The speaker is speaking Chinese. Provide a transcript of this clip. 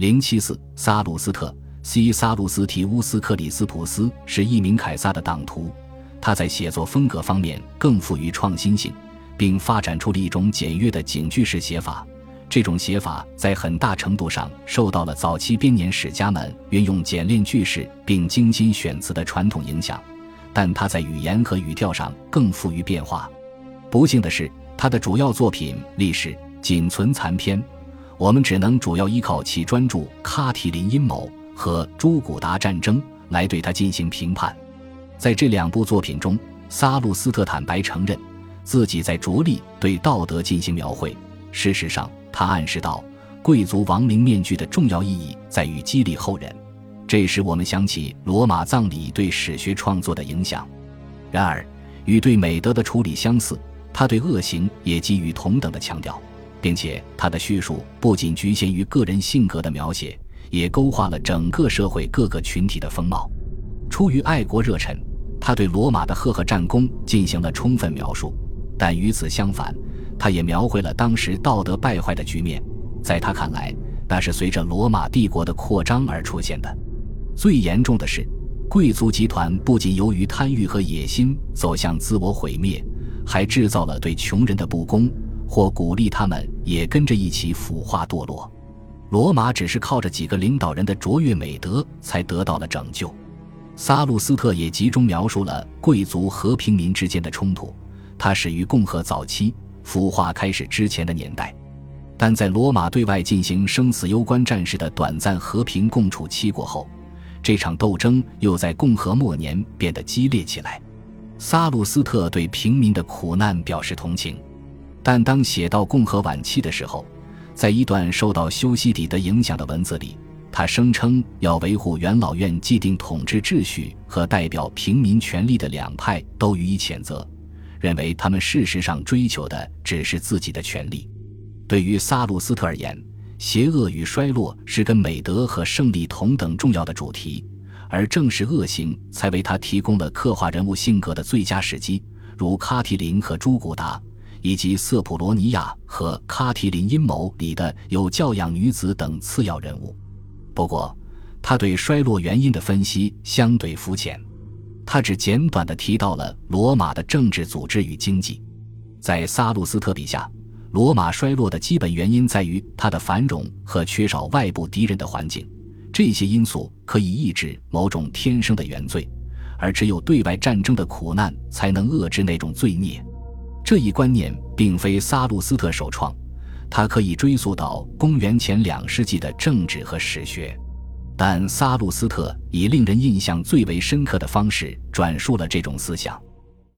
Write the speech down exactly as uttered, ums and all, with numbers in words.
零七四萨鲁斯特 C 萨鲁斯提乌斯克里斯普斯是一名凯撒的党徒，他在写作风格方面更富于创新性，并发展出了一种简约的警句式写法。这种写法在很大程度上受到了早期编年史家们运用简练句式并精心选词的传统影响，但他在语言和语调上更富于变化。不幸的是，他的主要作品《历史》仅存残篇，我们只能主要依靠其专著《喀提林阴谋》和《朱古达战争》来对他进行评判。在这两部作品中，萨路斯特坦白承认自己在着力对道德进行描绘。事实上，他暗示到贵族亡灵面具的重要意义在于激励后人，这使我们想起罗马葬礼对史学创作的影响。然而，与对美德的处理相似，他对恶行也给予同等的强调，并且他的叙述不仅局限于个人性格的描写，也勾画了整个社会各个群体的风貌。出于爱国热忱，他对罗马的赫赫战功进行了充分描述，但与此相反，他也描绘了当时道德败坏的局面。在他看来，那是随着罗马帝国的扩张而出现的。最严重的是，贵族集团不仅由于贪欲和野心走向自我毁灭，还制造了对穷人的不公，或鼓励他们也跟着一起腐化堕落。罗马只是靠着几个领导人的卓越美德才得到了拯救。萨路斯特也集中描述了贵族和平民之间的冲突，它始于共和早期腐化开始之前的年代，但在罗马对外进行生死攸关战事的短暂和平共处期过后，这场斗争又在共和末年变得激烈起来。萨路斯特对平民的苦难表示同情，但当写到共和晚期的时候，在一段受到修昔底德影响的文字里，他声称要维护元老院既定统治秩序和代表平民权利的两派都予以谴责，认为他们事实上追求的只是自己的权利。对于萨路斯特而言，邪恶与衰落是跟美德和胜利同等重要的主题，而正是恶行才为他提供了刻画人物性格的最佳时机，如喀提林和朱古达，以及瑟普罗尼亚和喀提林阴谋里的有教养女子等次要人物。不过，他对衰落原因的分析相对肤浅，他只简短地提到了罗马的政治组织与经济。在萨路斯特笔下，罗马衰落的基本原因在于它的繁荣和缺少外部敌人的环境，这些因素可以抑制某种天生的原罪，而只有对外战争的苦难才能遏制那种罪孽。这一观念并非萨路斯特首创，它可以追溯到公元前两世纪的政治和史学，但萨路斯特以令人印象最为深刻的方式转述了这种思想。